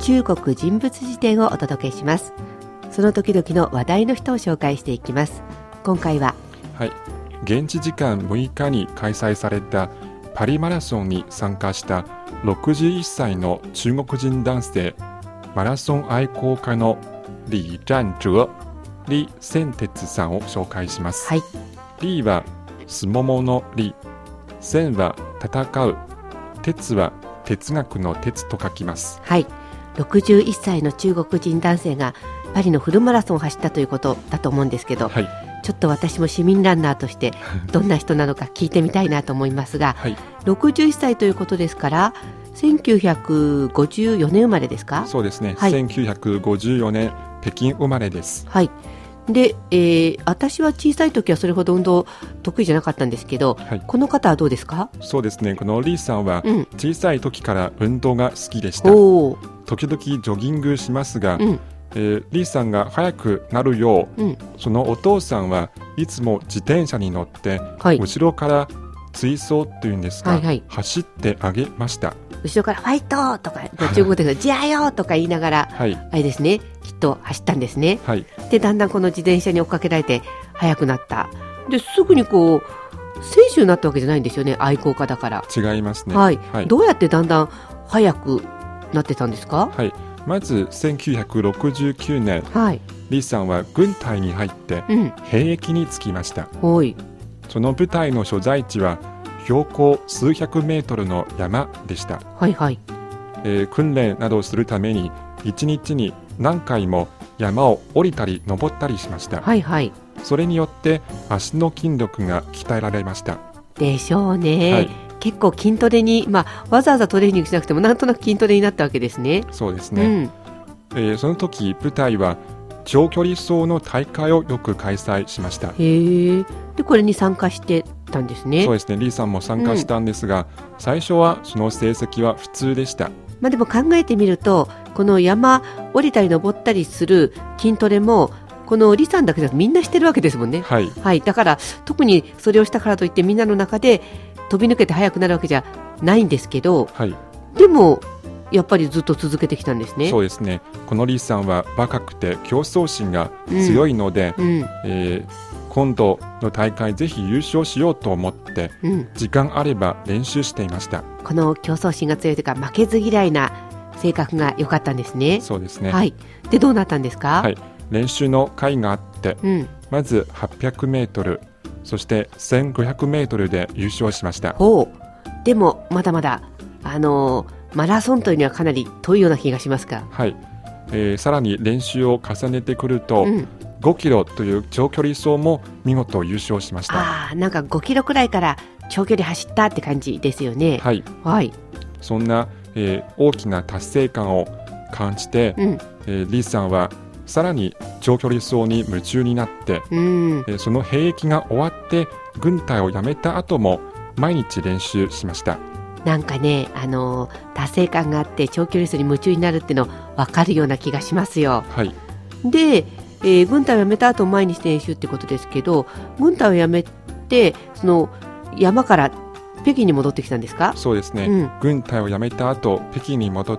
中国人物辞典をお届けします。その時々の話題の人を紹介していきます。今回は、 はい、現地時間6日に開催されたパリマラソンに参加した61歳の中国人男性、マラソン愛好家の李占哲、李先哲さんを紹介します。 はい、 李はすももの李、戦は戦う、哲は哲学の哲と書きます。 はい、61歳の中国人男性がパリのフルマラソンを走ったということだと思うんですけど、 はい、 ちょっと私も市民ランナーとしてどんな人なのか聞いてみたいなと思いますが、 はい、 61歳ということですから1954年生まれですか？ そうですね、 はい、 1954年北京生まれです。 はい。で、私は小さい時はそれほど運動得意じゃなかったんですけど、 はい、 この方はどうですか？ そうですね、この李さんは小さい時から運動が好きでした。時々ジョギングしますが、李さんが速くなるよう、そのお父さんはいつも自転車に乗って、後ろから追走というんですが、走ってあげました。 後ろからファイトとか中国でジャーヨーとか言いながら、あれですね、きっと走ったんですね。でだんだんこの自転車に追っかけられて速くなった。ですぐにこう選手になったわけじゃないんですよね、愛好家だから。 違いますね。 どうやってだんだん速くなってたんですか？ まず1969年、李さんは軍隊に入って兵役に就きました。その部隊の所在地は標高数百メートルの山でした。訓練などをするために1日に何回も山を降りたり登ったりしました。それによって足の筋力が鍛えられました。 でしょうね。結構筋トレに、わざわざトレーニングしなくてもなんとなく筋トレになったわけですね。 そうですね。その時部隊は長距離走の大会をよく開催しました。 でこれに参加してたんですね。 そうですね、李さんも参加したんですが、最初はその成績は普通でした。 でも考えてみると、この山降りたり登ったりする筋トレもこの李さんだけじゃみんなしてるわけですもんね。だから特にそれをしたからといってみんなの中で飛び抜けて速くなるわけじゃないんですけど、でもやっぱりずっと続けてきたんですね。 そうですね、この李さんは若くて競争心が強いので、今度の大会ぜひ優勝しようと思って、時間あれば練習していました。 この競争心が強いというか負けず嫌いな性格が良かったんですね。 そうですね。 でどうなったんですか？ 練習の会があって、まず800メートル、そして1500メートルで優勝しました。でもまだまだマラソンというにはかなり遠いような気がしますが、 さらに練習を重ねてくると、5キロという長距離走も見事優勝しました。 なんか5キロくらいから長距離走ったって感じですよね。 そんな、大きな達成感を感じて、李さんはさらに長距離走に夢中になって、その兵役が終わって軍隊を辞めた後も毎日練習しました。 なんかね、達成感があって長距離走に夢中になるっていうの分かるような気がしますよ。で、軍隊を辞めた後毎日練習ってことですけど、軍隊を辞めてその山から北京に戻ってきたんですか？ そうですね、軍隊を辞めた後北京に戻って、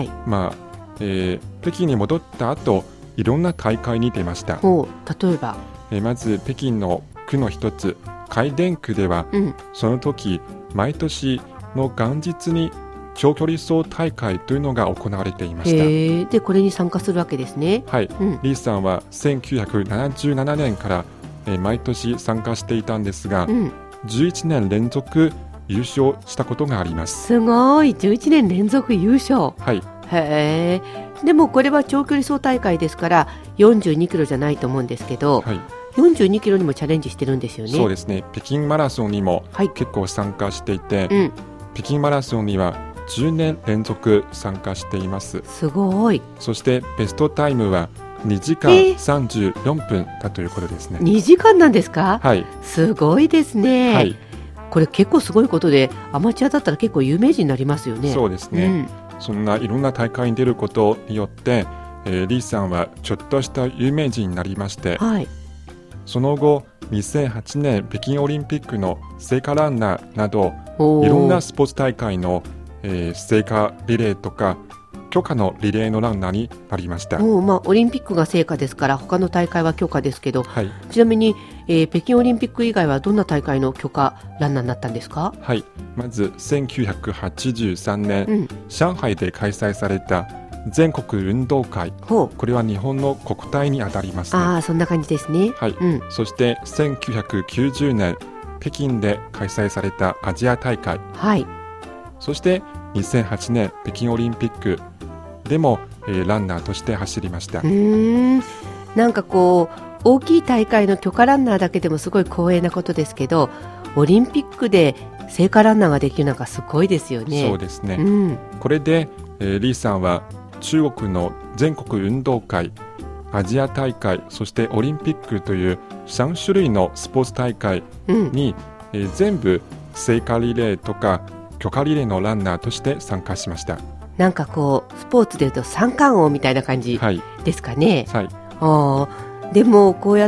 北京に戻った後いろんな大会に出ました。 例えば、 まず北京の区の一つ海淀区では、その時毎年の元日に長距離走大会というのが行われていました。 でこれに参加するわけですね。 李さんは1977年から、毎年参加していたんですが、11年連続優勝したことがあります。 すごい、11年連続優勝。でもこれは長距離走大会ですから42キロじゃないと思うんですけど、42キロにもチャレンジしてるんですよね。 そうですね、北京マラソンにも結構参加していて、北京マラソンには10年連続参加しています。 すごい。 そしてベストタイムは2時間34分だということですね。 2時間なんですか？すごいですね。これ結構すごいことで、アマチュアだったら結構有名人になりますよね。 そうですね、そんないろんな大会に出ることによって、李さんはちょっとした有名人になりまして、その後2008年北京オリンピックの聖火ランナーなどいろんなスポーツ大会の、聖火リレーとか許可のリレーのランナーになりました。 オリンピックが成果ですから他の大会は許可ですけど、ちなみに、北京オリンピック以外はどんな大会の許可ランナーになったんですか？ まず1983年、上海で開催された全国運動会、これは日本の国体にあたりますね。 そんな感じですね。 そして1990年北京で開催されたアジア大会、そして2008年北京オリンピックでも、ランナーとして走りました。 なんかこう大きい大会の許可ランナーだけでもすごい光栄なことですけど、オリンピックで聖火ランナーができるのがすごいですよね。 そうですね、これで、リーさんは中国の全国運動会、アジア大会、そしてオリンピックという3種類のスポーツ大会に、全部聖火リレーとか許可リレーのランナーとして参加しました。 なんかこうスポーツでいうと三冠王みたいな感じですかね。でもこうやって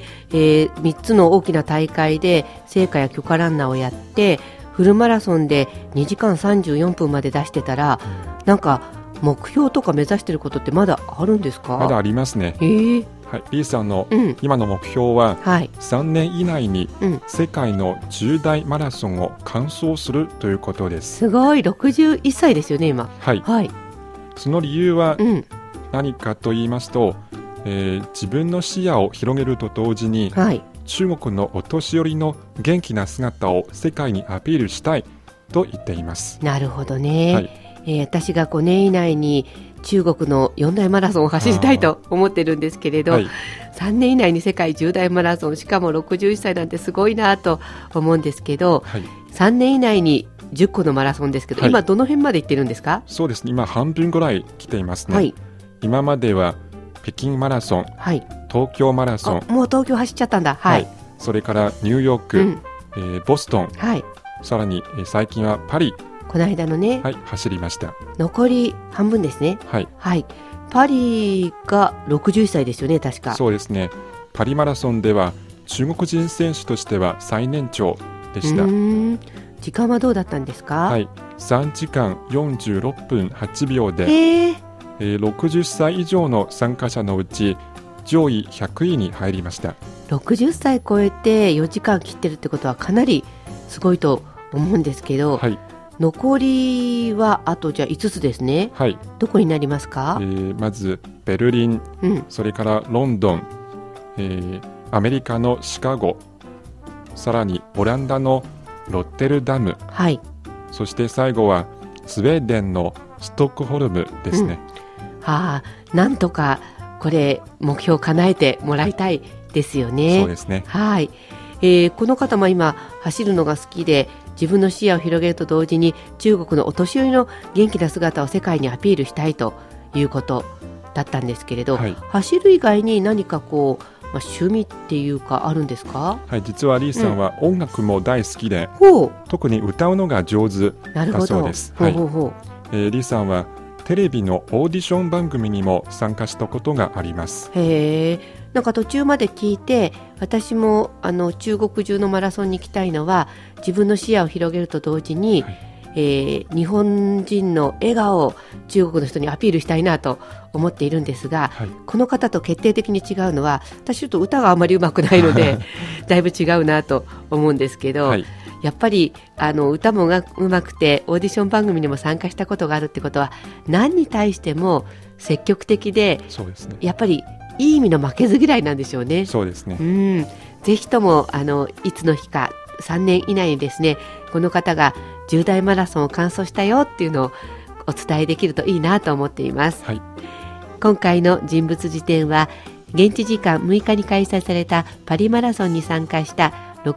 、3つの大きな大会で聖火や許可ランナーをやってフルマラソンで2時間34分まで出してたら、なんか目標とか目指していることってまだあるんですか？ まだありますね。リーさんの今の目標は、3年以内に世界の10大マラソンを完走するということです。 すごい、61歳ですよね今。 その理由は何かと言いますと、自分の視野を広げると同時に、中国のお年寄りの元気な姿を世界にアピールしたいと言っています。 なるほどね。私が5年以内に中国の4大マラソンを走りたいと思ってるんですけれど、3年以内に世界10大マラソン、しかも61歳なんてすごいなと思うんですけど、3年以内に10個のマラソンですけど、今どの辺まで行ってるんですか？ そうですね、今半分ぐらい来ていますね。今までは北京マラソン、東京マラソン、 もう東京走っちゃったんだ。 それからニューヨーク、ボストン、さらに最近はパリ、 この間のね、 走りました。 残り半分ですね。パリが61歳ですよね、確か。 そうですね、パリマラソンでは中国人選手としては最年長でした。 時間はどうだったんですか ？3時間46分8秒で、60歳以上の参加者のうち上位100位に入りました。 60歳超えて4時間切ってるってことはかなりすごいと思うんですけど、残りはあとじゃあ5つですね。どこになりますか？ まずベルリン、それからロンドン、アメリカのシカゴ、さらにオランダのロッテルダム、そして最後はスウェーデンのストックホルムですね。 なんとかこれ目標を叶えてもらいたいですよね。 そうですね。 この方も今走るのが好きで自分の視野を広げると同時に中国のお年寄りの元気な姿を世界にアピールしたいということだったんですけれど、走る以外に何かこう、趣味っていうかあるんですか？ 実はリーさんは音楽も大好きで、特に歌うのが上手だそうです。リーさんはテレビのオーディション番組にも参加したことがあります。 なんか途中まで聞いて、私も中国中のマラソンに行きたいのは自分の視野を広げると同時に、日本人の笑顔を中国の人にアピールしたいなと思っているんですが、この方と決定的に違うのは、私ちょっと歌があまり上手くないのでだいぶ違うなと思うんですけど、やっぱり歌も上手くてオーディション番組にも参加したことがあるってことは、何に対しても積極的で、やっぱりいい意味の負けず嫌いなんでしょうね。 そうですね。 ぜひともいつの日か3年以内にですね、この方が10大マラソンを完走したよっていうのをお伝えできるといいなと思っています。今回の人物辞典は現地時間6日に開催されたパリマラソンに参加した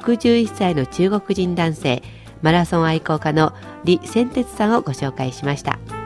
61歳の中国人男性、マラソン愛好家の李先哲さんをご紹介しました。